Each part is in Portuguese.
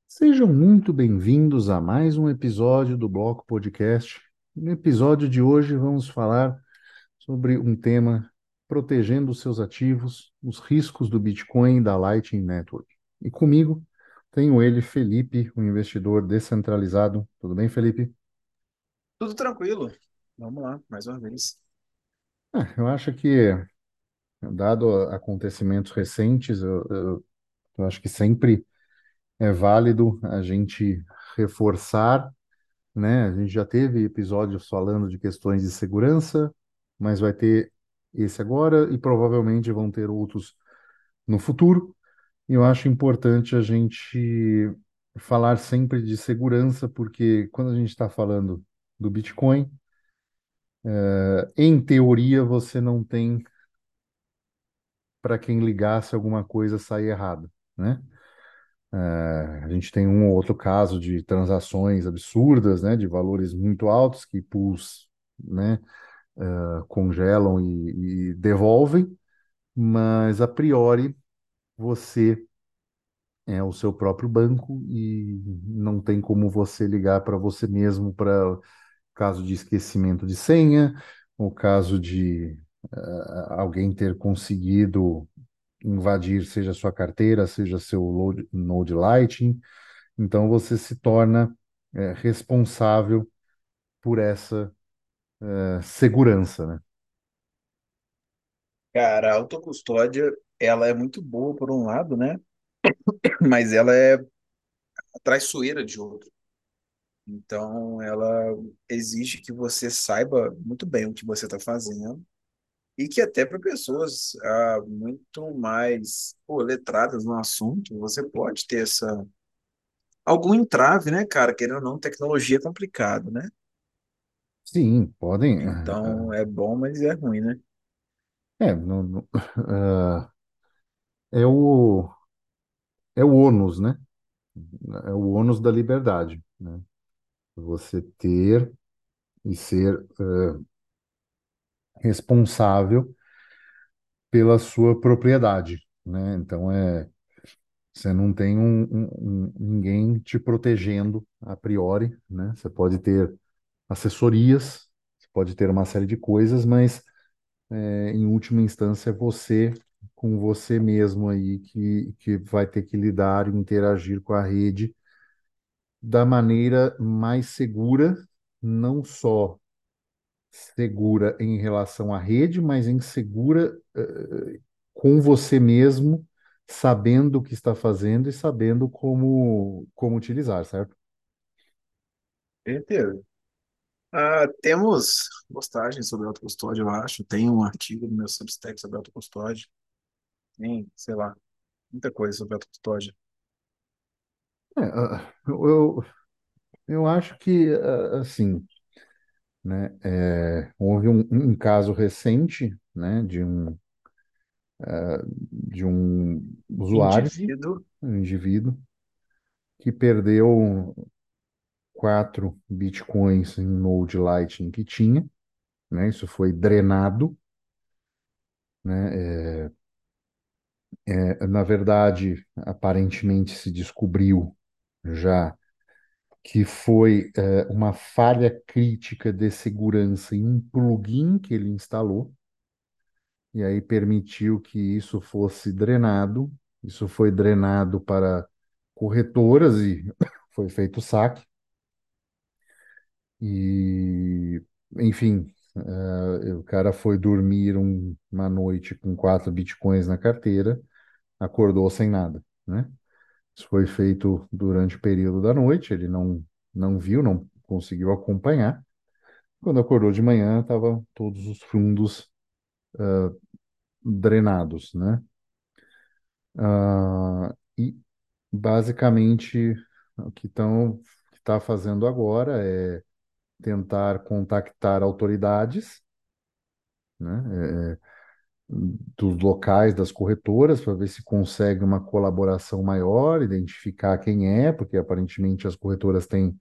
Sejam muito bem-vindos a mais um episódio do Bloco Podcast. No episódio de hoje vamos falar sobre um tema protegendo os seus ativos, os riscos do Bitcoin e da Lightning Network. E comigo tenho ele, Felipe, um investidor descentralizado. Tudo bem, Felipe? Tudo tranquilo. Vamos lá, mais uma vez. Eu acho que, dado acontecimentos recentes, eu acho que sempre é válido a gente reforçar, né? A gente já teve episódios falando de questões de segurança, mas vai ter esse agora e provavelmente vão ter outros no futuro. E eu acho importante a gente falar sempre de segurança, porque quando a gente está falando do Bitcoin, em teoria você não tem para quem ligar se alguma coisa sair errado, né? A gente tem um ou outro caso de transações absurdas, né, de valores muito altos que pools, né, congelam e devolvem, mas a priori você é o seu próprio banco e não tem como você ligar para você mesmo para caso de esquecimento de senha, ou caso de alguém ter conseguido invadir, seja sua carteira, seja seu Node Lightning. Então você se torna responsável por essa segurança, né? Cara, a autocustódia, ela é muito boa por um lado, né? Mas ela é traiçoeira de outro. Então, ela exige que você saiba muito bem o que você está fazendo e que até para pessoas muito mais letradas no assunto, você pode ter algum entrave, né, cara? Querendo ou não, tecnologia é complicado, né? Sim, podem. Então, é bom, mas é ruim, né? É o, é o ônus, né? É o ônus da liberdade, né? Você ter e ser responsável pela sua propriedade, né? Então, você não tem ninguém te protegendo a priori, né? Você pode ter assessorias, você pode ter uma série de coisas, mas em última instância, é você com você mesmo aí que vai ter que lidar e interagir com a rede da maneira mais segura, não só segura em relação à rede, mas em segura com você mesmo, sabendo o que está fazendo e sabendo como utilizar, certo? Certeza. Temos postagens sobre autocustódia, eu acho. Tem um artigo no meu Substack sobre autocustódia. Tem, sei lá, muita coisa sobre autocustódia. Eu acho que, assim, né, houve um caso recente, né, de um usuário, Indivíduo, um indivíduo, que perdeu 4 bitcoins em Node Lightning que tinha, né? Isso foi drenado, né? Na verdade, aparentemente se descobriu já que foi uma falha crítica de segurança em um plugin que ele instalou, e aí permitiu que isso fosse drenado. Isso foi drenado para corretoras e foi feito o saque. E, enfim, o cara foi dormir uma noite com 4 bitcoins na carteira, acordou sem nada, né? Isso foi feito durante o período da noite, ele não viu, não conseguiu acompanhar. Quando acordou de manhã, estavam todos os fundos drenados, né? E basicamente o que está fazendo agora é tentar contactar autoridades, né? Dos locais das corretoras para ver se consegue uma colaboração maior, identificar quem é, porque aparentemente as corretoras têm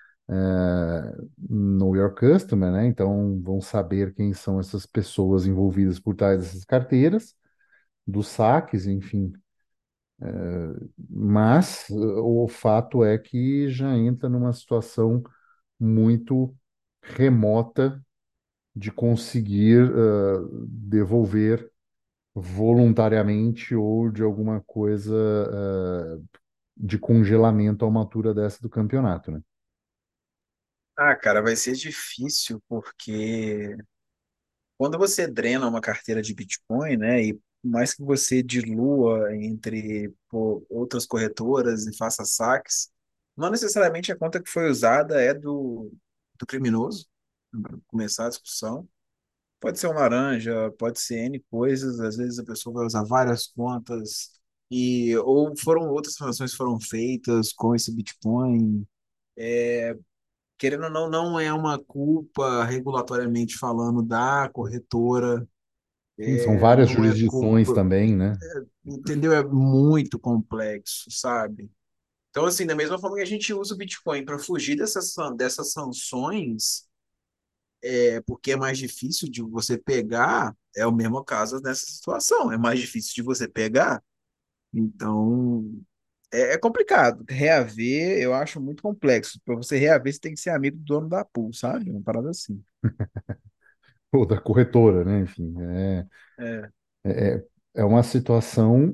Know Your Customer, né? Então vão saber quem são essas pessoas envolvidas por trás dessas carteiras, dos saques, enfim, Mas o fato é que já entra numa situação muito remota de conseguir devolver voluntariamente ou de alguma coisa de congelamento a uma altura dessa do campeonato, né? Ah, cara, vai ser difícil porque quando você drena uma carteira de Bitcoin, né, e por mais que você dilua entre pô, outras corretoras e faça saques, não necessariamente a conta que foi usada é do criminoso, para começar a discussão. Pode ser um laranja, pode ser N coisas, às vezes a pessoa vai usar várias contas, e ou foram outras transações que foram feitas com esse Bitcoin. Querendo ou não, não é uma culpa regulatoriamente falando da corretora, Sim, são várias não é jurisdições culpa, também, né? entendeu? É muito complexo, sabe? Então, assim, da mesma forma que a gente usa o Bitcoin para fugir dessas sanções, porque é mais difícil de você pegar, é o mesmo caso nessa situação, é mais difícil de você pegar. Então, é complicado. Reaver, eu acho muito complexo. Para você reaver, você tem que ser amigo do dono da pool, sabe? Uma parada assim. Ou da corretora, né? Enfim, É. é, é uma situação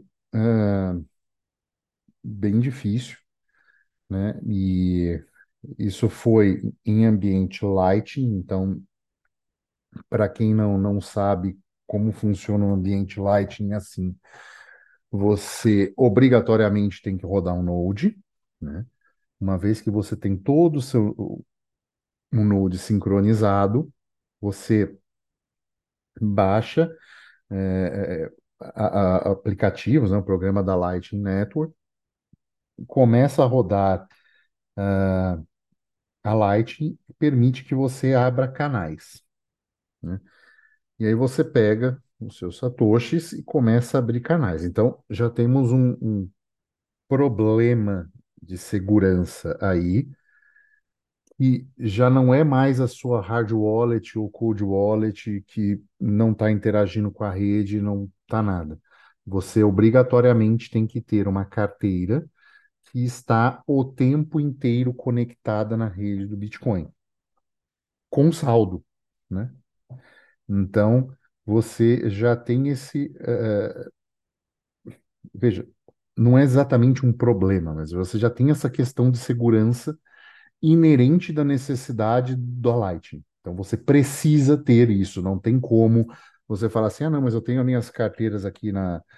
bem difícil, né? E isso foi em ambiente Lightning, então, para quem não sabe como funciona o ambiente Lightning, assim, você obrigatoriamente tem que rodar um Node, né? Uma vez que você tem todo o seu um Node sincronizado, você baixa aplicativos, né, o programa da Lightning Network, começa a rodar a Lightning e permite que você abra canais, né? E aí você pega os seus satoshis e começa a abrir canais. Então, já temos um problema de segurança aí, e já não é mais a sua hard wallet ou cold wallet que não está interagindo com a rede, não está nada. Você obrigatoriamente tem que ter uma carteira que está o tempo inteiro conectada na rede do Bitcoin, com saldo, né? Então, você já tem veja, não é exatamente um problema, mas você já tem essa questão de segurança inerente da necessidade do Lightning. Então você precisa ter isso, não tem como você falar assim, ah, não, mas eu tenho as minhas carteiras aqui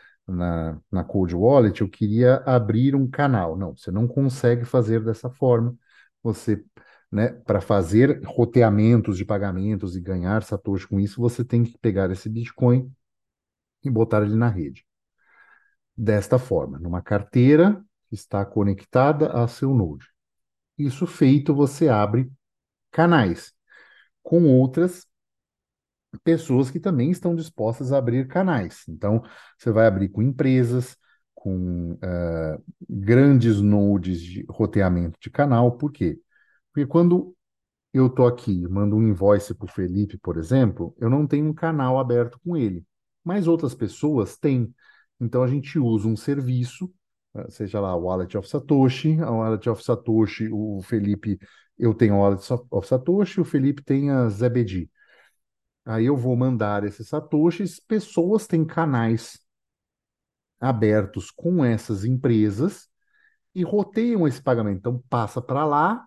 na Cold Wallet, eu queria abrir um canal. Não, você não consegue fazer dessa forma. Você, né, para fazer roteamentos de pagamentos e ganhar satoshi com isso, você tem que pegar esse Bitcoin e botar ele na rede. Desta forma, numa carteira que está conectada a seu Node. Isso feito, você abre canais com outras pessoas que também estão dispostas a abrir canais. Então, você vai abrir com empresas, com grandes nodes de roteamento de canal. Por quê? Porque quando eu estou aqui, mando um invoice para o Felipe, por exemplo, eu não tenho um canal aberto com ele, mas outras pessoas têm. Então, a gente usa um serviço, seja lá o Wallet of Satoshi, a Wallet of Satoshi, o Felipe, eu tenho a Wallet of Satoshi, o Felipe tem a ZBD. Aí eu vou mandar esses satoshis, pessoas têm canais abertos com essas empresas e roteiam esse pagamento. Então passa para lá,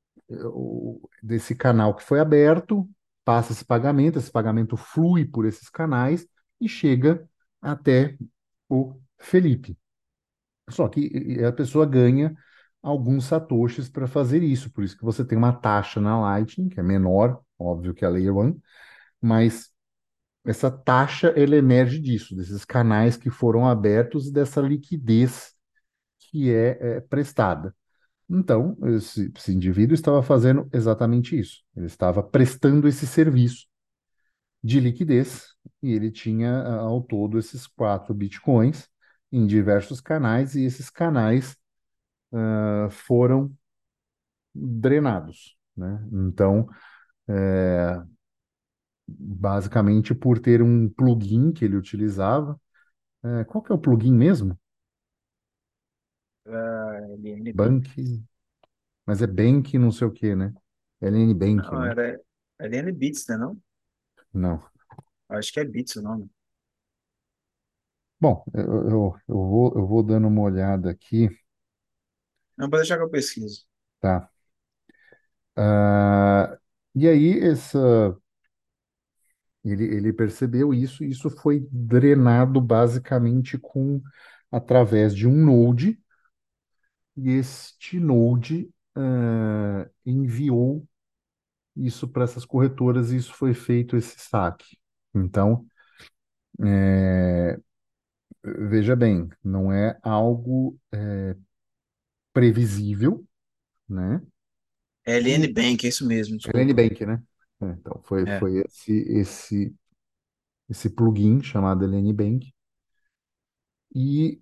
desse canal que foi aberto, passa esse pagamento flui por esses canais e chega até o Felipe. Só que a pessoa ganha alguns satoshis para fazer isso, por isso que você tem uma taxa na Lightning, que é menor, óbvio que a Layer 1, mas essa taxa, ela emerge disso, desses canais que foram abertos e dessa liquidez que é prestada. Então, esse indivíduo estava fazendo exatamente isso. Ele estava prestando esse serviço de liquidez e ele tinha, ao todo, esses 4 bitcoins em diversos canais e esses canais foram drenados, né? Então, basicamente, por ter um plugin que ele utilizava, qual que é o plugin mesmo? LN Bank. Bank, mas é Bank não sei o quê, né? LN Bank, Não, né? era LN Beats, né, não? Não. Acho que é Beats o nome. Bom, eu vou dando uma olhada aqui, Não, pode deixar que eu pesquiso. tá? Ah, e aí, ele percebeu isso, e isso foi drenado basicamente através de um node, e este node enviou isso para essas corretoras, e isso foi feito esse saque. Então, é, veja bem, não é algo previsível, né? LN Bank, é isso mesmo, LN desculpa. Bank, né? Então, foi, É. foi esse plugin chamado LN Bank, e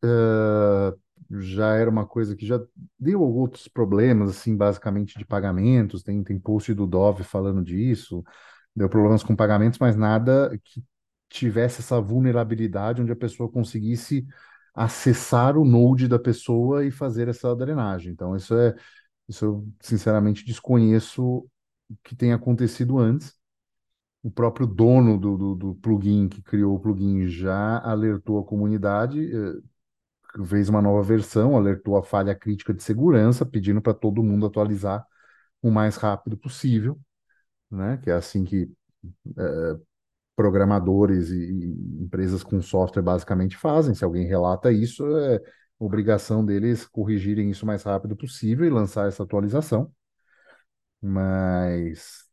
já era uma coisa que já deu outros problemas, assim, basicamente de pagamentos. Tem post do Dove falando disso, deu problemas com pagamentos, mas nada que tivesse essa vulnerabilidade onde a pessoa conseguisse acessar o node da pessoa e fazer essa drenagem. Então, isso eu sinceramente desconheço o que tenha acontecido antes. O próprio dono do plugin que criou o plugin já alertou a comunidade, fez uma nova versão, alertou a falha crítica de segurança, pedindo para todo mundo atualizar o mais rápido possível, né? Que é assim que programadores e empresas com software basicamente fazem. Se alguém relata isso, é obrigação deles corrigirem isso o mais rápido possível e lançar essa atualização. Mas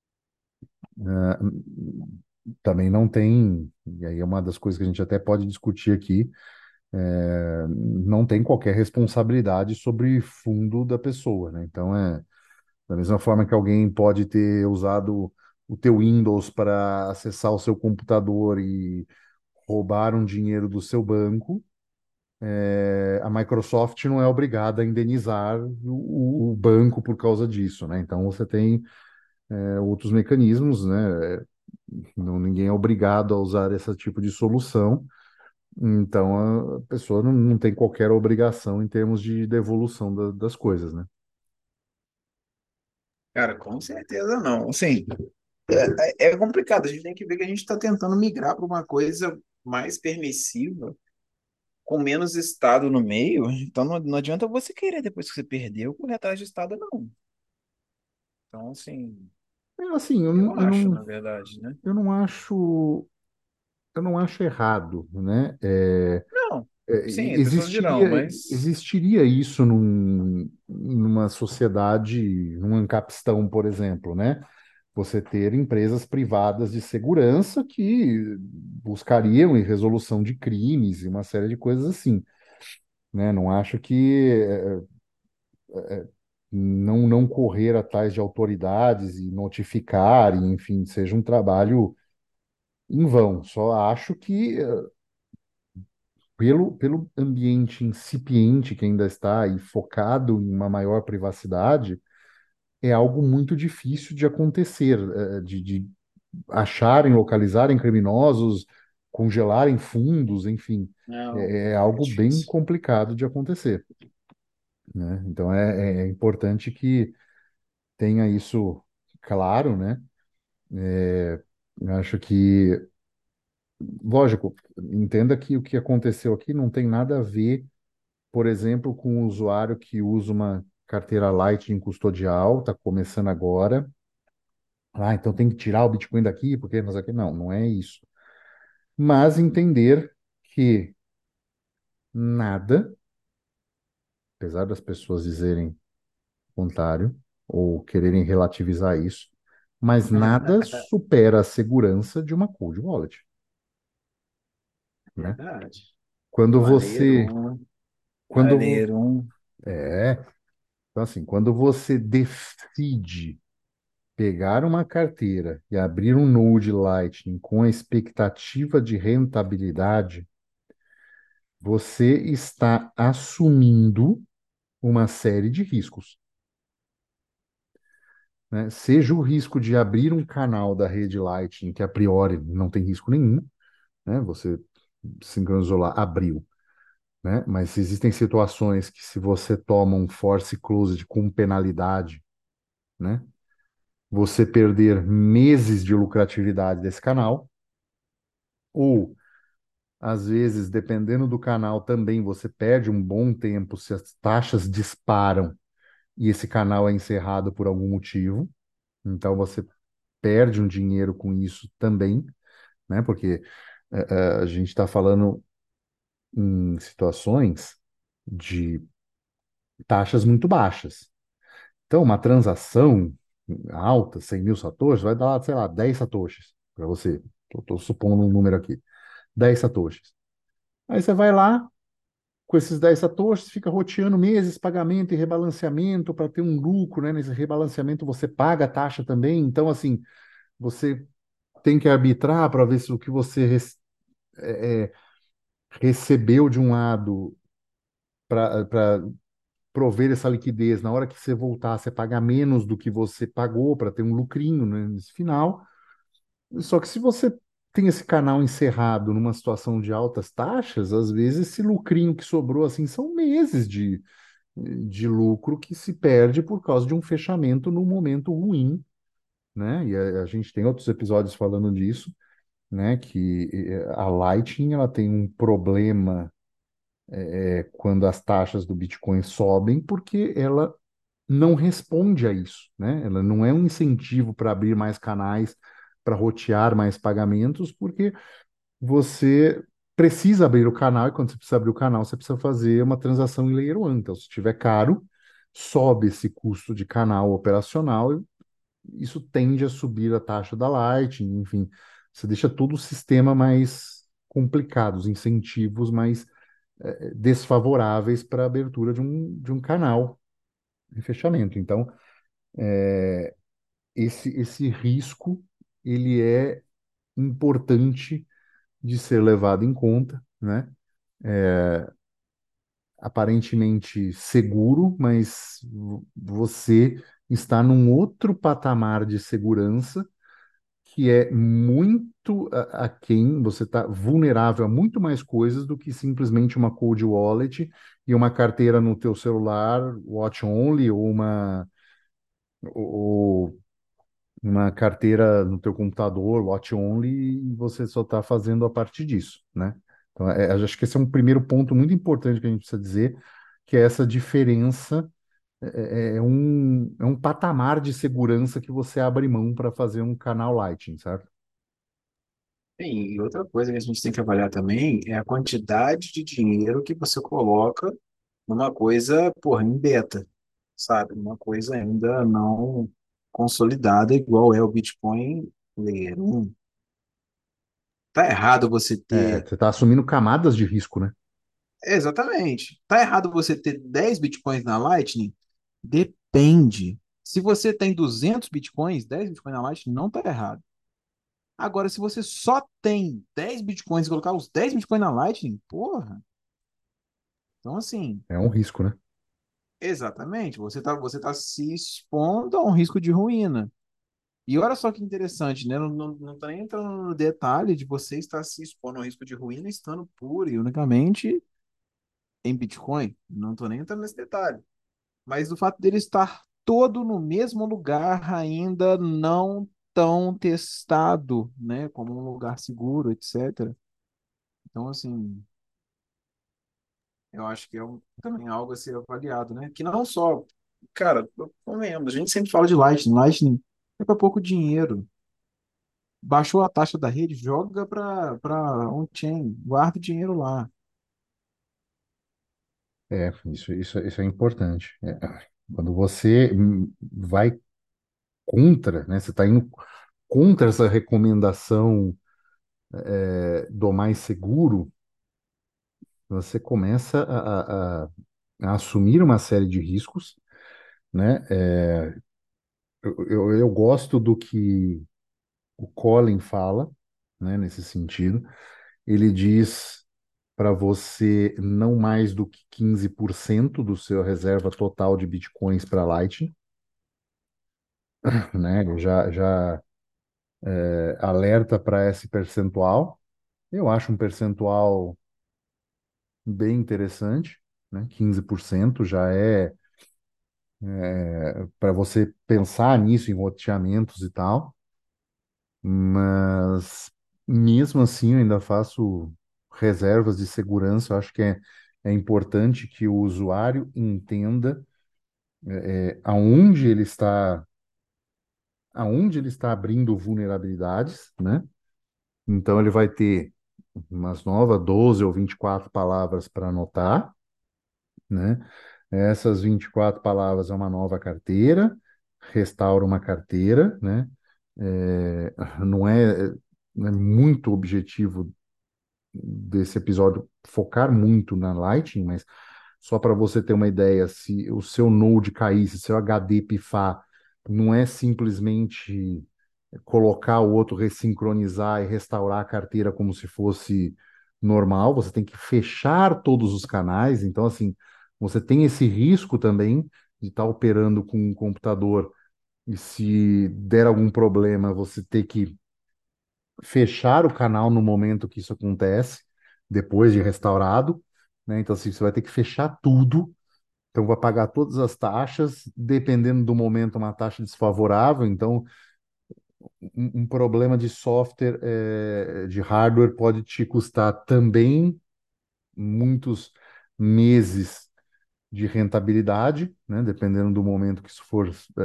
também não tem, e aí é uma das coisas que a gente até pode discutir aqui, não tem qualquer responsabilidade sobre fundo da pessoa, né? Então, da mesma forma que alguém pode ter usado o teu Windows para acessar o seu computador e roubar um dinheiro do seu banco, a Microsoft não é obrigada a indenizar o banco por causa disso, né? Então, você tem outros mecanismos, né? Não, ninguém é obrigado a usar esse tipo de solução. Então, a pessoa não tem qualquer obrigação em termos de devolução das coisas, né? Cara, com certeza não. Assim, é complicado. A gente tem que ver que a gente está tentando migrar para uma coisa mais permissiva, com menos Estado no meio. Então não adianta você querer, depois que você perdeu, correr atrás de Estado, não. Então, assim, Assim, eu acho, na verdade, né? eu não acho, eu não acho errado, né? Não, sim, as pessoas dirão, Existiria, mas. existiria isso numa sociedade, num Ancapistão, por exemplo, né? Você ter empresas privadas de segurança que buscariam em resolução de crimes e uma série de coisas assim, né? Não acho que não correr atrás de autoridades e notificar, e, enfim, seja um trabalho em vão. Só acho que pelo ambiente incipiente que ainda está e focado em uma maior privacidade, é algo muito difícil de acontecer, de acharem, localizarem criminosos, congelarem fundos, enfim, Não, é é algo bem difícil. complicado de acontecer, né? Então é importante que tenha isso claro, né? Eu acho que, lógico, entenda que o que aconteceu aqui não tem nada a ver, por exemplo, com o usuário que usa uma carteira Lightning custodial, está começando agora. Ah, então tem que tirar o Bitcoin daqui, porque não sei o quê. Não, não é isso. Mas entender que nada, apesar das pessoas dizerem o contrário, ou quererem relativizar isso, mas nada supera a segurança de uma cold wallet, né? Verdade. Quando você, Maneiro, quando, vo- maneiro. é, então assim, quando você decide pegar uma carteira e abrir um Node Lightning com a expectativa de rentabilidade, você está assumindo uma série de riscos, né? Seja o risco de abrir um canal da rede Lightning, que a priori não tem risco nenhum, né? Você sincronizou lá, abriu. né? Mas existem situações que se você toma um force closed com penalidade, né? Você perder meses de lucratividade desse canal, ou às vezes, dependendo do canal também, você perde um bom tempo se as taxas disparam e esse canal é encerrado por algum motivo. Então você perde um dinheiro com isso também, né? Porque a gente está falando em situações de taxas muito baixas. Então, uma transação alta, 100 mil satoshis, vai dar, sei lá, 10 satoshis para você. Estou supondo um número aqui. 10 satoshis. Aí você vai lá, com esses 10 satoshis, fica roteando meses, pagamento e rebalanceamento para ter um lucro, né? Nesse rebalanceamento você paga a taxa também. Então, assim, você tem que arbitrar para ver se o que você recebeu de um lado para prover essa liquidez, na hora que você voltar, você pagar menos do que você pagou para ter um lucrinho, né, nesse final. Só que se você tem esse canal encerrado numa situação de altas taxas, às vezes esse lucrinho que sobrou assim são meses de lucro que se perde por causa de um fechamento num momento ruim, né? E a gente tem outros episódios falando disso, né? Que a Lightning ela tem um problema quando as taxas do Bitcoin sobem, porque ela não responde a isso, né? Ela não é um incentivo para abrir mais canais, para rotear mais pagamentos, porque você precisa abrir o canal e quando você precisa abrir o canal, você precisa fazer uma transação em Layer 1. Então, se estiver caro, sobe esse custo de canal operacional e isso tende a subir a taxa da Lightning, enfim, você deixa todo o sistema mais complicado, os incentivos mais desfavoráveis para a abertura de um canal de fechamento. Então, esse risco ele é importante de ser levado em conta, né? Aparentemente seguro, mas você está num outro patamar de segurança que é muito aquém, você está vulnerável a muito mais coisas do que simplesmente uma cold wallet e uma carteira no teu celular, watch only, ou uma carteira no teu computador, watch only, e você só está fazendo a partir disso, né? Então, acho que esse é um primeiro ponto muito importante que a gente precisa dizer, que é essa diferença, é um patamar de segurança que você abre mão para fazer um canal Lightning, certo? E outra coisa que a gente tem que avaliar também é a quantidade de dinheiro que você coloca numa coisa, porra, em beta, sabe? Uma coisa ainda não consolidada, igual é o Bitcoin Layer 1. Tá errado você ter. Você está assumindo camadas de risco, né? Exatamente. Tá errado você ter 10 Bitcoins na Lightning? Depende. Se você tem 200 Bitcoins, 10 Bitcoins na Lightning, não tá errado. Agora, se você só tem 10 Bitcoins e colocar os 10 Bitcoins na Lightning, porra. Então, assim, É um risco, né? exatamente, você tá se expondo a um risco de ruína. E olha só que interessante, né? Não tá nem entrando no detalhe de você estar se expondo a um risco de ruína estando pura e unicamente em Bitcoin. Não tô nem entrando nesse detalhe. Mas o fato dele estar todo no mesmo lugar ainda não tão testado, né? Como um lugar seguro, etc. Então, assim, eu acho que é também algo a ser avaliado, né? Que não só, cara, convenhamos, a gente sempre fala de Lightning. Lightning é para pouco dinheiro. Baixou a taxa da rede, joga para on-chain, guarda o dinheiro lá. Isso é importante. Quando você vai contra, né? Você está indo contra essa recomendação do mais seguro, você começa a assumir uma série de riscos, né? Eu gosto do que o Colin fala, né? Nesse sentido, ele diz para você não mais do que 15% do seu reserva total de bitcoins para Lightning, né? Ele já alerta para esse percentual. Eu acho um percentual bem interessante, né? 15% já é, para você pensar nisso, em roteamentos e tal, mas mesmo assim eu ainda faço reservas de segurança. Eu acho que é importante que o usuário entenda aonde ele está, aonde ele está abrindo vulnerabilidades, né? Então ele vai ter umas novas 12 ou 24 palavras para anotar, né? Essas 24 palavras é uma nova carteira, restaura uma carteira, né? É, não é, não é muito objetivo desse episódio focar muito na Lightning, mas só para você ter uma ideia, se o seu Node cair, se seu HD pifar, não é simplesmente colocar o outro, ressincronizar e restaurar a carteira como se fosse normal, você tem que fechar todos os canais, então assim, você tem esse risco também de estar operando com um computador e se der algum problema, você ter que fechar o canal no momento que isso acontece, depois de restaurado, né? Então, assim, você vai ter que fechar tudo. Então, vai pagar todas as taxas, dependendo do momento, uma taxa desfavorável. Então, um problema de software, de hardware, pode te custar também muitos meses de rentabilidade, né? Dependendo do momento que isso for,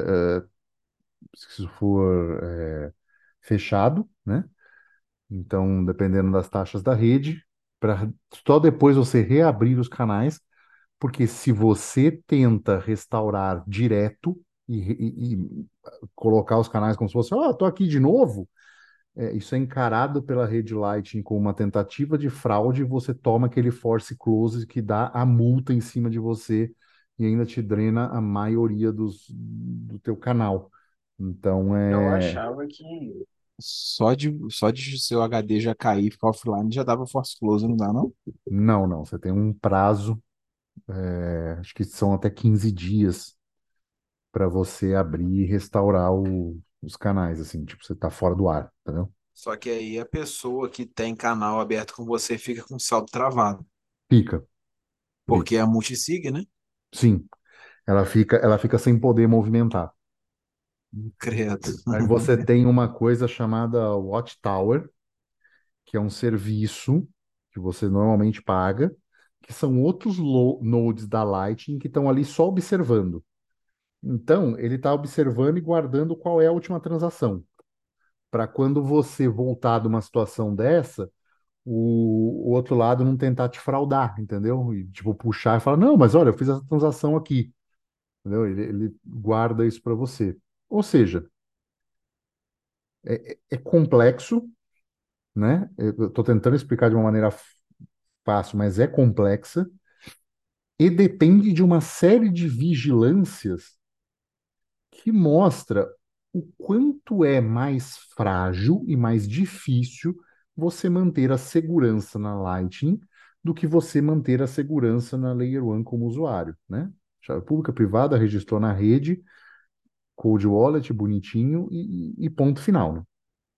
se isso for, fechado, né? Então, dependendo das taxas da rede, para só depois você reabrir os canais, porque se você tenta restaurar direto e colocar os canais como se fosse, ó, tô aqui de novo, isso é encarado pela rede Lightning como uma tentativa de fraude, e você toma aquele force close que dá a multa em cima de você e ainda te drena a maioria do teu canal. Então, Eu achava que só de seu HD já cair e ficar offline já dava force close, não dá, não? não, não, você tem um prazo, acho que são até 15 dias para você abrir e restaurar os canais, assim, tipo, você tá fora do ar, entendeu? Só que aí a pessoa que tem canal aberto com você fica com o saldo travado, Fica, fica. porque é a multisig, né? Sim, ela fica sem poder movimentar. Credo. Aí você tem uma coisa chamada Watchtower, que é um serviço que você normalmente paga, que são outros nodes da Lightning que estão ali só observando. Então, ele está observando e guardando qual é a última transação, para quando você voltar de uma situação dessa, o outro lado não tentar te fraudar, entendeu? E tipo, puxar e falar, não, mas olha, eu fiz essa transação aqui, entendeu? Ele guarda isso para você. Ou seja, é complexo, né? Eu estou tentando explicar de uma maneira fácil, mas é complexa e depende de uma série de vigilâncias que mostra o quanto é mais frágil e mais difícil você manter a segurança na Lightning do que você manter a segurança na Layer 1 como usuário, né? Chave pública, privada, registrou na rede, cold wallet, bonitinho e ponto final, né?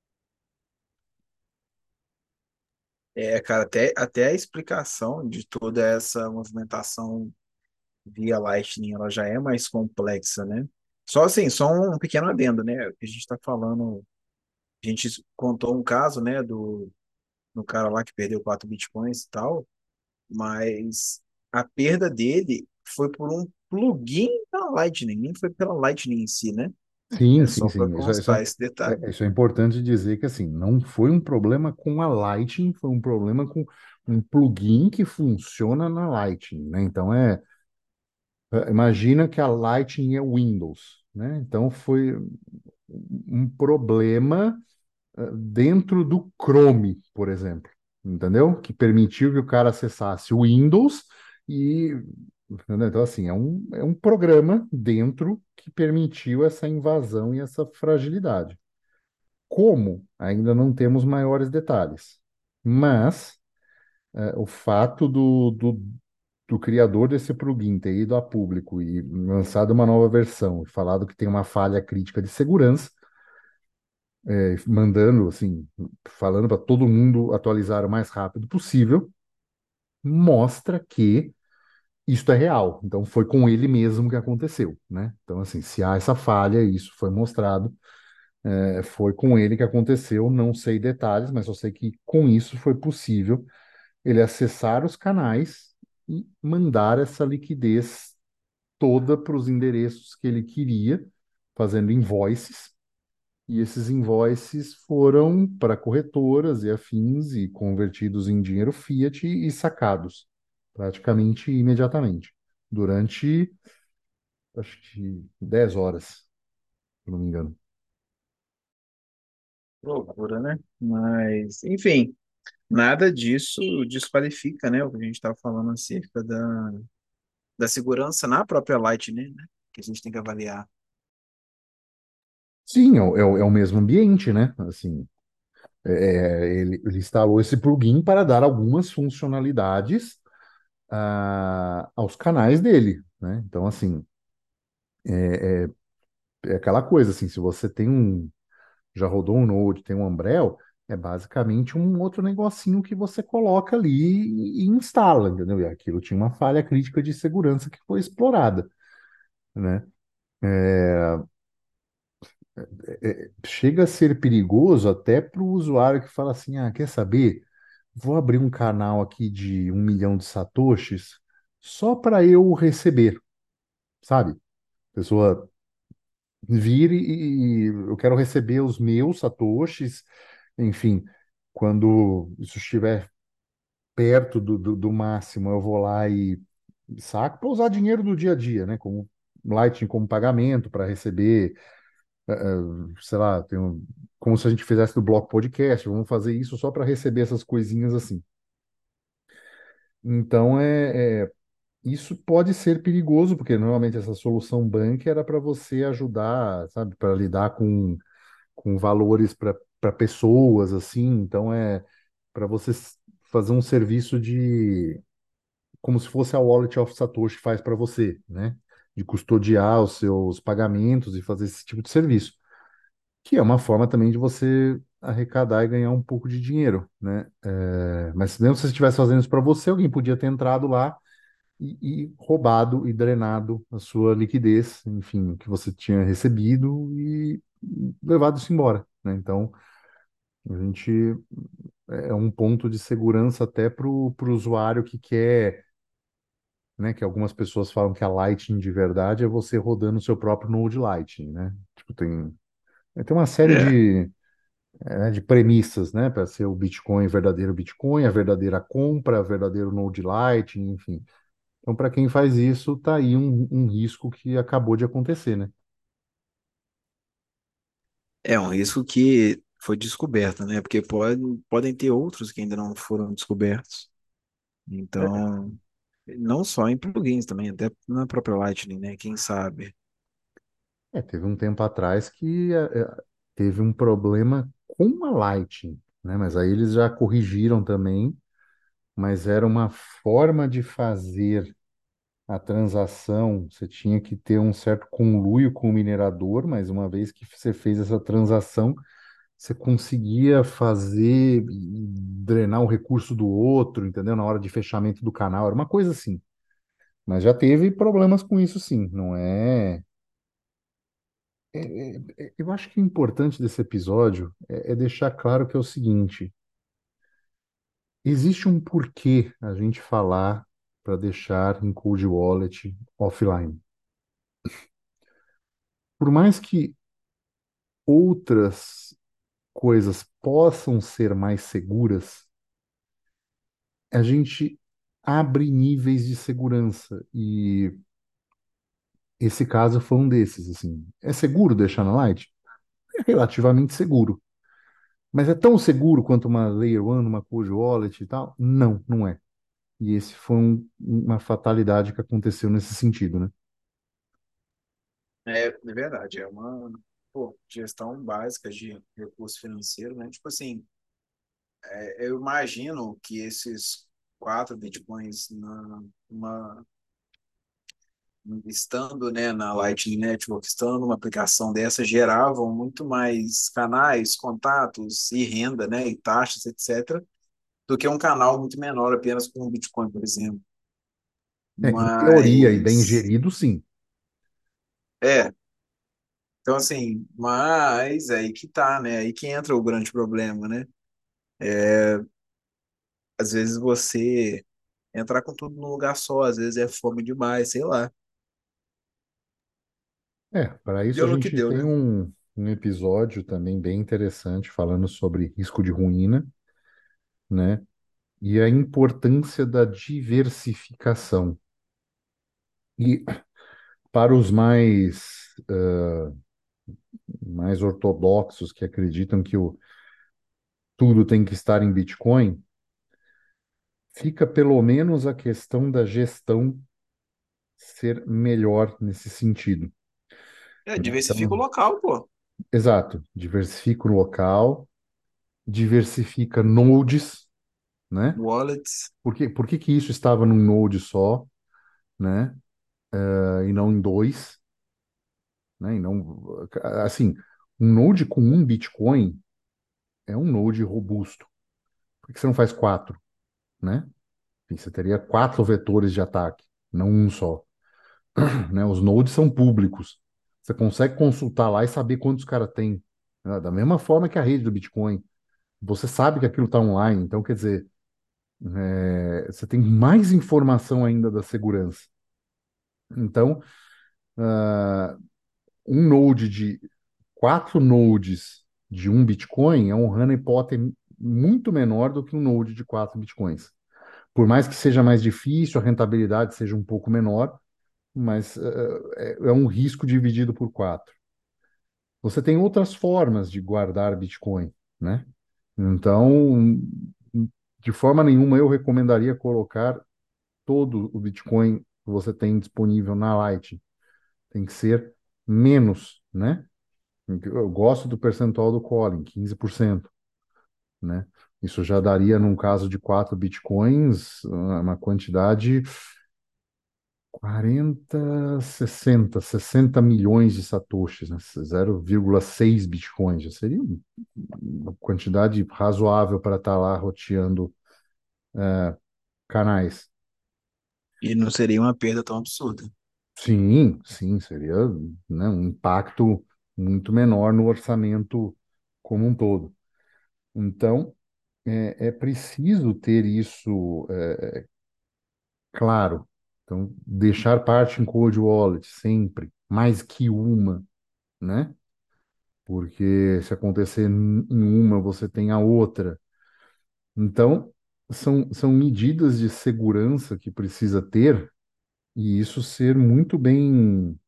É, cara, até a explicação de toda essa movimentação via Lightning, ela já é mais complexa, né? Só assim, só um pequeno adendo, né? A gente está falando, a gente contou um caso, né, do cara lá que perdeu 4 bitcoins e tal, mas a perda dele foi por um plugin da Lightning, nem foi pela Lightning em si, né? Sim, É sim, só para sim. constar esse detalhe. Isso é importante dizer que assim, não foi um problema com a Lightning, foi um problema com um plugin que funciona na Lightning, né? Então imagina que a Lightning é Windows, né? Então foi um problema dentro do Chrome, por exemplo, entendeu? Que permitiu que o cara acessasse o Windows e, entendeu? Então assim, é um programa dentro que permitiu essa invasão e essa fragilidade. Como? Ainda não temos maiores detalhes. Mas o fato do criador desse plugin ter ido a público e lançado uma nova versão e falado que tem uma falha crítica de segurança, mandando, assim, falando para todo mundo atualizar o mais rápido possível, mostra que isso é real. Então, foi com ele mesmo que aconteceu, né? Então, assim, se há essa falha, isso foi mostrado, foi com ele que aconteceu. Não sei detalhes, mas só sei que com isso foi possível ele acessar os canais e mandar essa liquidez toda para os endereços que ele queria, fazendo invoices. E esses invoices foram para corretoras e afins e convertidos em dinheiro fiat e sacados praticamente imediatamente, durante acho que 10 horas, se não me engano. Loucura, né? Mas, enfim, nada disso desqualifica, né, o que a gente estava falando acerca da segurança na própria Lightning, né? Que a gente tem que avaliar. Sim, é o mesmo ambiente, né? Assim, ele instalou esse plugin para dar algumas funcionalidades aos canais dele, né? Então, assim, é aquela coisa, assim, se você tem já rodou um Node, tem um Umbrel, é basicamente um outro negocinho que você coloca ali e instala, entendeu? E aquilo tinha uma falha crítica de segurança que foi explorada, né? Chega a ser perigoso até para o usuário que fala assim, ah, quer saber? Vou abrir um canal aqui de 1 milhão de satoshis só para eu receber, sabe? A pessoa vira e eu quero receber os meus satoshis, enfim, quando isso estiver perto do máximo, eu vou lá e saco para usar dinheiro do dia a dia, né? Como Lightning como pagamento para receber, sei lá, como se a gente fizesse do Bloco Podcast, vamos fazer isso só para receber essas coisinhas assim. Então isso pode ser perigoso, porque normalmente essa solução bank era para você ajudar, sabe, para lidar com valores para pessoas, assim. Então é para você fazer um serviço de como se fosse a Wallet of Satoshi faz para você, né? De custodiar os seus pagamentos e fazer esse tipo de serviço, que é uma forma também de você arrecadar e ganhar um pouco de dinheiro, né? Mas mesmo se você estivesse fazendo isso para você, alguém podia ter entrado lá e roubado e drenado a sua liquidez, enfim, o que você tinha recebido e levado isso embora, né? Então, a gente é um ponto de segurança até para o usuário que quer, né? Que algumas pessoas falam que a Lightning de verdade é você rodando o seu próprio Node Lightning, né? Tipo, tem uma série É, de premissas, né? Para ser o Bitcoin verdadeiro Bitcoin, a verdadeira compra, o verdadeiro Node Lightning, enfim. Então, para quem faz isso, tá aí um risco que acabou de acontecer, né? é um risco que foi descoberto, né? Porque podem ter outros que ainda não foram descobertos. É, Então, não só em plugins também, até na própria Lightning, né? Quem sabe? teve um tempo atrás que teve um problema com a Lightning, né? Mas aí eles já corrigiram também, mas era uma forma de fazer a transação, você tinha que ter um certo conluio com o minerador, mas uma vez que você fez essa transação, você conseguia fazer e drenar o recurso do outro, entendeu? Na hora de fechamento do canal, era uma coisa assim. Mas já teve problemas com isso, sim. Não é. Eu acho que o importante desse episódio é deixar claro que é o seguinte: existe um porquê a gente falar para deixar em cold wallet offline. Por mais que outras coisas possam ser mais seguras, a gente abre níveis de segurança. E esse caso foi um desses, assim. É seguro deixar na Light? É relativamente seguro. Mas é tão seguro quanto uma Layer 1, uma Cold Wallet e tal? Não, não é. E esse foi uma fatalidade que aconteceu nesse sentido, né? É verdade, é uma, pô, gestão básica de recurso financeiro, né? Tipo assim, eu imagino que esses 4 bitcoins estando, né, na Lightning Network, estando numa aplicação dessa, geravam muito mais canais, contatos e renda, né, e taxas, etc., do que um canal muito menor apenas com o Bitcoin, por exemplo. Em teoria e bem Mas, gerido, sim. é, então assim, mas é aí que tá, né? Aí que entra o grande problema, né? Às vezes você entrar com tudo num lugar só, às vezes é fome demais, sei lá. Para isso a Deu no que gente deu, tem né? um episódio também bem interessante falando sobre risco de ruína, né? E a importância da diversificação. E para os mais ortodoxos que acreditam que tudo tem que estar em Bitcoin, fica pelo menos a questão da gestão ser melhor nesse sentido, É, né? diversifica o Então, local, pô. exato, diversifica o local, diversifica nodes, né? Wallets. Por que que isso estava num node só, né? E não em dois, né? E não, assim, um node com um Bitcoin é um node robusto. Por que você não faz quatro, né? Enfim, você teria quatro vetores de ataque, não um só, né? Os nodes são públicos. Você consegue consultar lá e saber quantos caras tem, né? Da mesma forma que a rede do Bitcoin. Você sabe que aquilo está online, então quer dizer, você tem mais informação ainda da segurança. Então, ah, um node de quatro nodes de um Bitcoin é um honeypot muito menor do que um node de quatro Bitcoins. Por mais que seja mais difícil, a rentabilidade seja um pouco menor, mas é um risco dividido por quatro. Você tem outras formas de guardar Bitcoin, né? Então, de forma nenhuma eu recomendaria colocar todo o Bitcoin que você tem disponível na Lightning. Tem que ser menos, né? Eu gosto do percentual do Colin, 15%, né? Isso já daria, num caso de quatro Bitcoins, uma quantidade 60 milhões de satoshis, né? 0,6 Bitcoins. Já seria uma quantidade razoável para estar lá roteando canais. E não seria uma perda tão absurda. Sim, sim, seria, né, um impacto muito menor no orçamento como um todo. Então, é preciso ter isso claro. Então, deixar parte em cold wallet sempre, mais que uma, né? Porque se acontecer em uma, você tem a outra. Então, são medidas de segurança que precisa ter e isso ser muito bem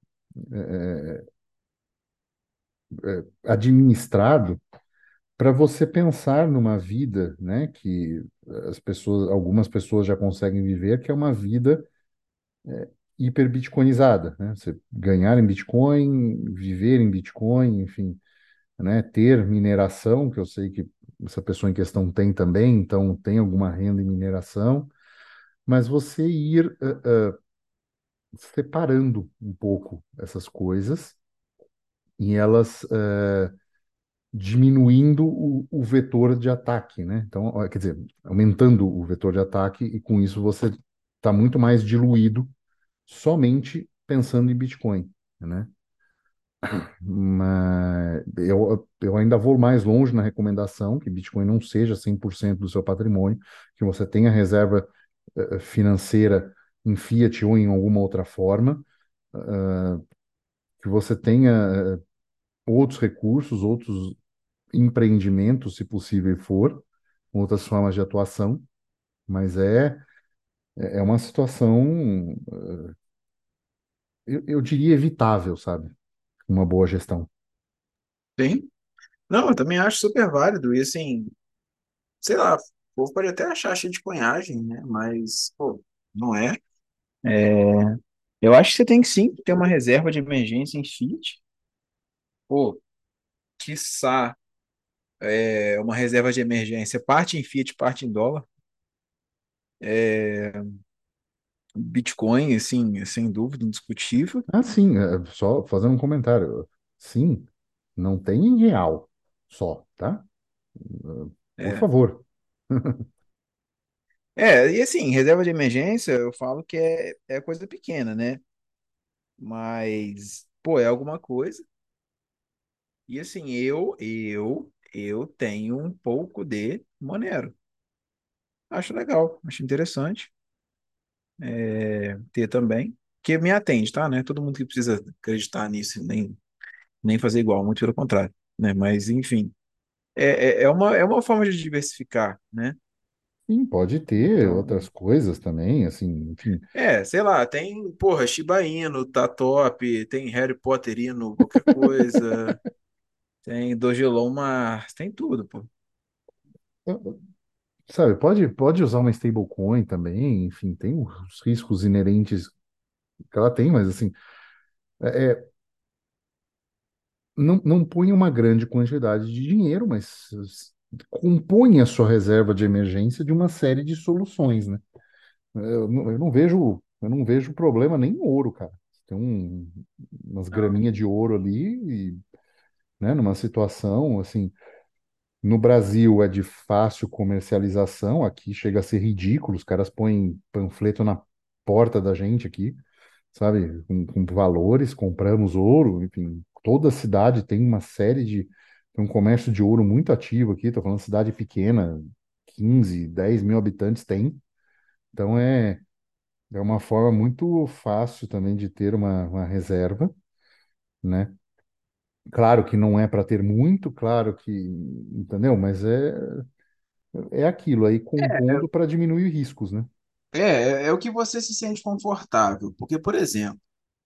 administrado para você pensar numa vida, né, que algumas pessoas já conseguem viver, que é uma vida hiperbitcoinizada, né? Você ganhar em Bitcoin, viver em Bitcoin, enfim, né, ter mineração, que eu sei que essa pessoa em questão tem também, então tem alguma renda em mineração, mas você ir separando um pouco essas coisas e elas diminuindo o vetor de ataque, né? Então, quer dizer, aumentando o vetor de ataque e com isso você está muito mais diluído somente pensando em Bitcoin, né? Mas eu ainda vou mais longe na recomendação que Bitcoin não seja 100% do seu patrimônio, que você tenha reserva financeira em fiat ou em alguma outra forma, que você tenha outros recursos, outros empreendimentos, se possível for, outras formas de atuação, mas é uma situação, eu diria evitável, sabe? Uma boa gestão. Sim. Não, eu também acho super válido. E assim, sei lá, o povo pode até achar cheio de conhagem, né? Mas, pô, não é. Eu acho que você tem que sim ter uma reserva de emergência em Fiat. Pô, quiçá uma reserva de emergência, parte em Fiat, parte em dólar. Bitcoin, assim, sem dúvida, indiscutível. Ah, sim, só fazendo um comentário. Sim, não tem em real só, tá? Por É, favor. E assim, reserva de emergência, eu falo que é coisa pequena, né? Mas, pô, é alguma coisa. E assim, eu tenho um pouco de Monero. Acho legal, acho interessante ter também. Que me atende, tá, né? Todo mundo que precisa acreditar nisso, nem fazer igual, muito pelo contrário, né? Mas, enfim, é uma forma de diversificar, né? Sim, pode ter outras Então, coisas também, assim, enfim. sei lá, tem, porra, Shiba Inu, tá top, tem Harry Potterino, qualquer coisa, tem Dogilon Mars, tem tudo, pô. Sabe, pode usar uma stablecoin também, enfim, tem os riscos inerentes que ela tem, mas assim, é, é, não põe uma grande quantidade de dinheiro, mas compõe a sua reserva de emergência de uma série de soluções, né? Eu não vejo problema nem em ouro, cara. Tem umas Não. graminhas de ouro ali, e, né, numa situação assim. No Brasil é de fácil comercialização, aqui chega a ser ridículo, os caras põem panfleto na porta da gente aqui, sabe, com valores, compramos ouro, enfim, toda cidade tem uma série tem um comércio de ouro muito ativo aqui, tô falando cidade pequena, 15, 10 mil habitantes tem, então é uma forma muito fácil também de ter uma reserva, né? Claro que não é para ter muito, claro que, entendeu? Mas é aquilo aí compondo para diminuir riscos, né? É o que você se sente confortável. Porque, por exemplo,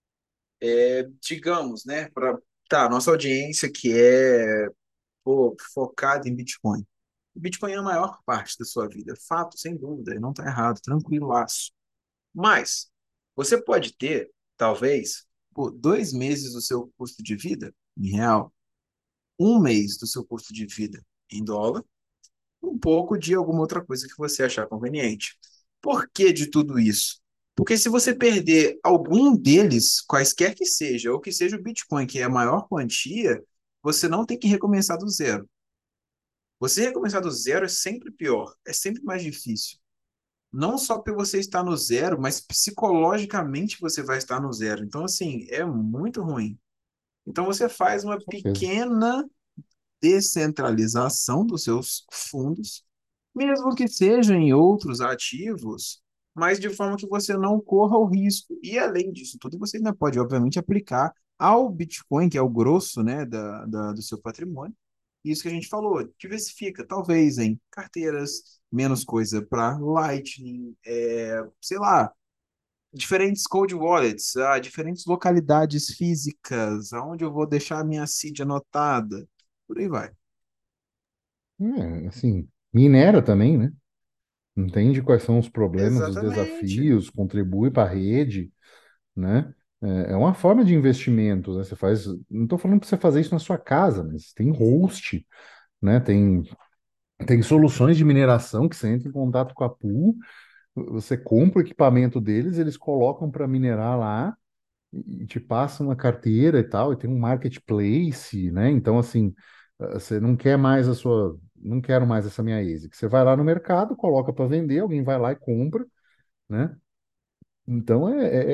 digamos, né, tá, nossa audiência que é, pô, focada em Bitcoin. O Bitcoin é a maior parte da sua vida. Fato, sem dúvida, não está errado, tranquilaço. Mas você pode ter, talvez, por 2 meses do seu custo de vida em real, 1 mês do seu custo de vida em dólar, um pouco de alguma outra coisa que você achar conveniente. Por que de tudo isso? Porque se você perder algum deles, quaisquer que seja, ou que seja o Bitcoin, que é a maior quantia, você não tem que recomeçar do zero. Você recomeçar do zero é sempre pior, é sempre mais difícil. Não só porque você está no zero, mas psicologicamente você vai estar no zero. Então, assim, é muito ruim. Então, você faz uma Certeza. pequena descentralização dos seus fundos, mesmo que sejam em outros ativos, mas de forma que você não corra o risco. E além disso tudo, você ainda pode, obviamente, aplicar ao Bitcoin, que é o grosso, né, do seu patrimônio. Isso que a gente falou, diversifica, talvez em carteiras, menos coisa para Lightning, sei lá, diferentes cold wallets, diferentes localidades físicas, aonde eu vou deixar a minha seed anotada, por aí vai. Assim, minera também, né? Entende quais são os problemas, os Exatamente. desafios, contribui para a rede, né? É uma forma de investimento, né? Você faz, não estou falando para você fazer isso na sua casa, mas tem host, né? Tem soluções de mineração que você entra em contato com a pool, você compra o equipamento deles, eles colocam para minerar lá e te passa uma carteira e tal, e tem um marketplace, né? Então, assim, você não quer mais não quero mais essa minha ASIC. Você vai lá no mercado, coloca para vender, alguém vai lá e compra, né? Então,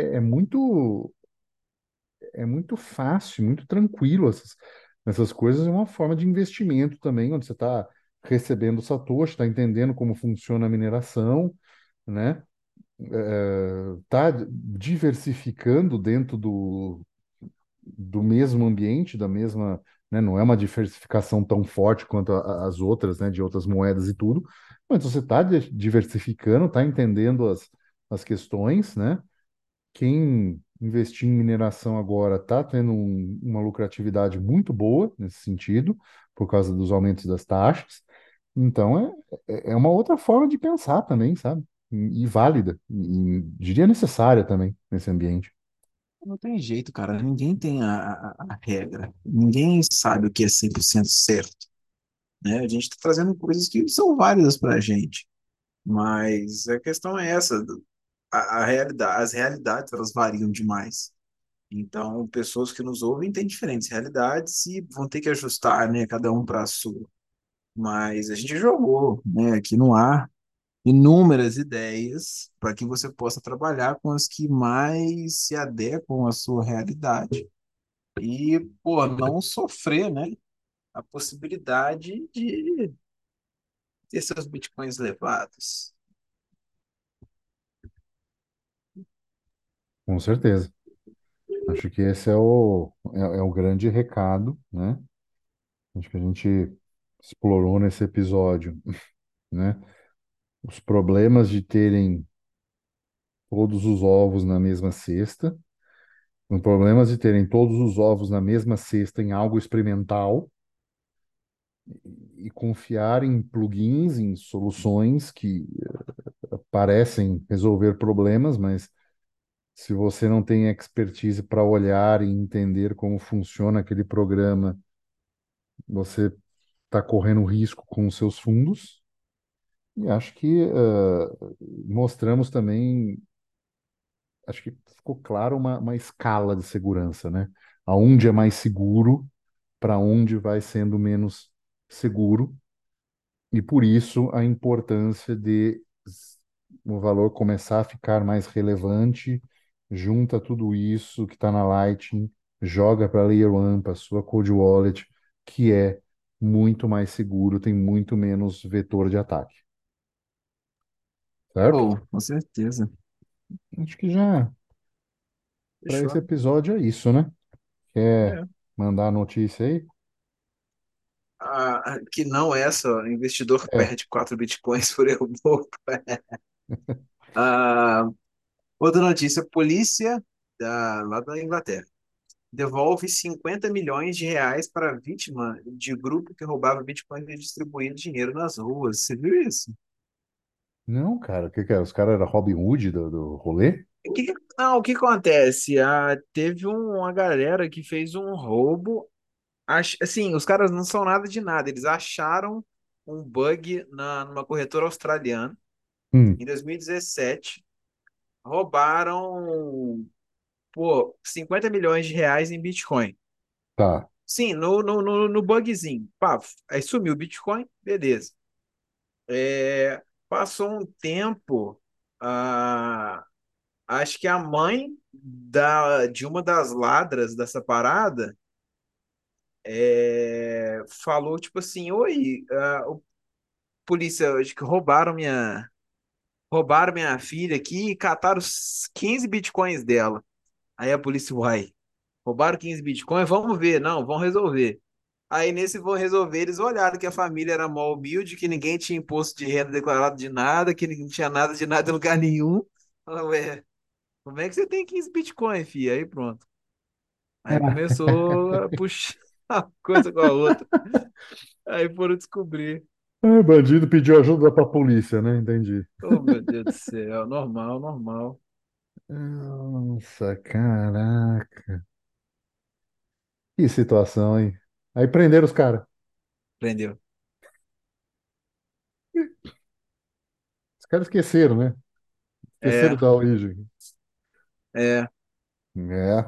é muito fácil, muito tranquilo essas coisas. É uma forma de investimento também, onde você está recebendo Satoshi, está entendendo como funciona a mineração, né? Tá diversificando dentro do mesmo ambiente, da mesma, né, não é uma diversificação tão forte quanto as outras, né, de outras moedas e tudo, mas você está diversificando, está entendendo as questões, né? Quem investir em mineração agora está tendo uma lucratividade muito boa nesse sentido, por causa dos aumentos das taxas. Então, é uma outra forma de pensar também, sabe? E válida, e diria necessária também nesse ambiente. Não tem jeito, cara. Ninguém tem a regra. Ninguém sabe o que é 100% certo, né? A gente está trazendo coisas que são válidas para a gente. Mas a questão é essa. A realidade, as realidades, elas variam demais. Então, pessoas que nos ouvem têm diferentes realidades e vão ter que ajustar, né, cada um para a sua. mas a gente jogou, né, aqui no ar inúmeras ideias para que você possa trabalhar com as que mais se adequam à sua realidade e, pô, não sofrer, né, a possibilidade de ter seus bitcoins levados. Com certeza. Acho que esse é o grande recado, né? Acho que a gente explorou nesse episódio, né? Os problemas de terem todos os ovos na mesma cesta, os problemas de terem todos os ovos na mesma cesta em algo experimental e confiar em plugins, em soluções que parecem resolver problemas, mas se você não tem expertise para olhar e entender como funciona aquele programa, você está correndo risco com os seus fundos. E acho que mostramos também, acho que ficou claro uma escala de segurança, né? Aonde é mais seguro, para onde vai sendo menos seguro, e por isso a importância de o valor começar a ficar mais relevante, junta tudo isso que está na Lightning, joga para a Layer 1, para a sua Cold Wallet, que é muito mais seguro, tem muito menos vetor de ataque, certo? Oh, com certeza. Acho que já para esse Fechou. episódio é isso, né? Quer É. mandar a notícia aí? Que não é só investidor É. perde 4 bitcoins por erro bobo. Ah, outra notícia, polícia lá da Inglaterra devolve 50 milhões de reais para vítima de grupo que roubava bitcoins e distribuía dinheiro nas ruas. Você viu isso? Não, cara, o que que é? Os caras eram Robin Hood do rolê? Não, o que acontece? Teve uma galera que fez um roubo. Assim, os caras não são nada de nada. Eles acharam um bug numa corretora australiana Hum, em 2017. Roubaram, pô, 50 milhões de reais em Bitcoin. tá. Sim, no bugzinho. Pá, aí sumiu o Bitcoin, beleza. Passou um tempo, acho que a mãe de uma das ladras dessa parada falou, tipo assim, oi, o polícia, acho que roubaram minha filha aqui e cataram os 15 Bitcoins dela. Aí a polícia, uai, roubaram 15 Bitcoins, vamos ver, não, vão resolver. Aí nesse vão resolver, eles olharam que a família era mó humilde, que ninguém tinha imposto de renda declarado de nada, que não tinha nada de nada em lugar nenhum. Falaram, ué, como é que você tem 15 Bitcoin, filho? Aí pronto. Aí começou a puxar uma coisa com a outra. Aí foram descobrir. Ah, bandido pediu ajuda pra polícia, né? Entendi. Oh, meu Deus do céu, normal, normal. Nossa, caraca. Que situação, hein? Aí prenderam os caras. Prendeu. Os caras esqueceram, né? Esqueceram É, da origem. é. É.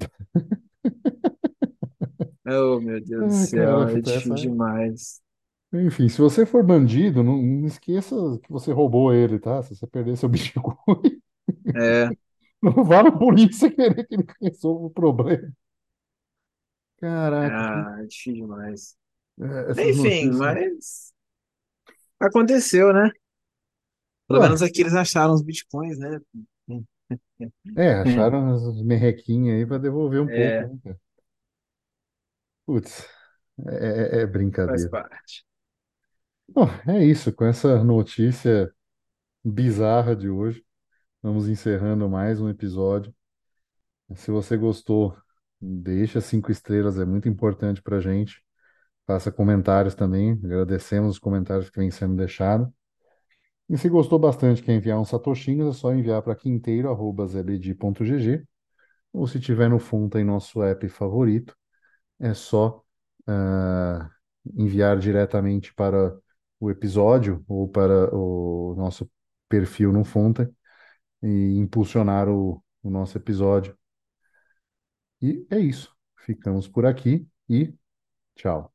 Oh, meu Deus do Ah, cara, céu, é puta, difícil demais. Enfim, se você for bandido, não esqueça que você roubou ele, tá? Se você perder seu Bitcoin, É, não vá na polícia querer que ele resolva o problema. Caraca, é difícil demais. essas Enfim, notícias. mas aconteceu, né? Pelo Ué, menos aqui eles acharam os bitcoins, né? acharam as merrequinhas aí pra devolver um pouco, É, né, cara? Putz, é faz brincadeira. parte. Bom, é isso. Com essa notícia bizarra de hoje, vamos encerrando mais um episódio. Se você gostou, deixa 5 estrelas, é muito importante pra gente. Faça comentários também, agradecemos os comentários que vêm sendo deixados. E se gostou bastante, quer enviar uns satoshinhos, é só enviar para quinteiro@zld.gg, ou se tiver no Funta em nosso app favorito, é só enviar diretamente para o episódio ou para o nosso perfil no Funta e impulsionar o nosso episódio. E é isso. Ficamos por aqui e tchau.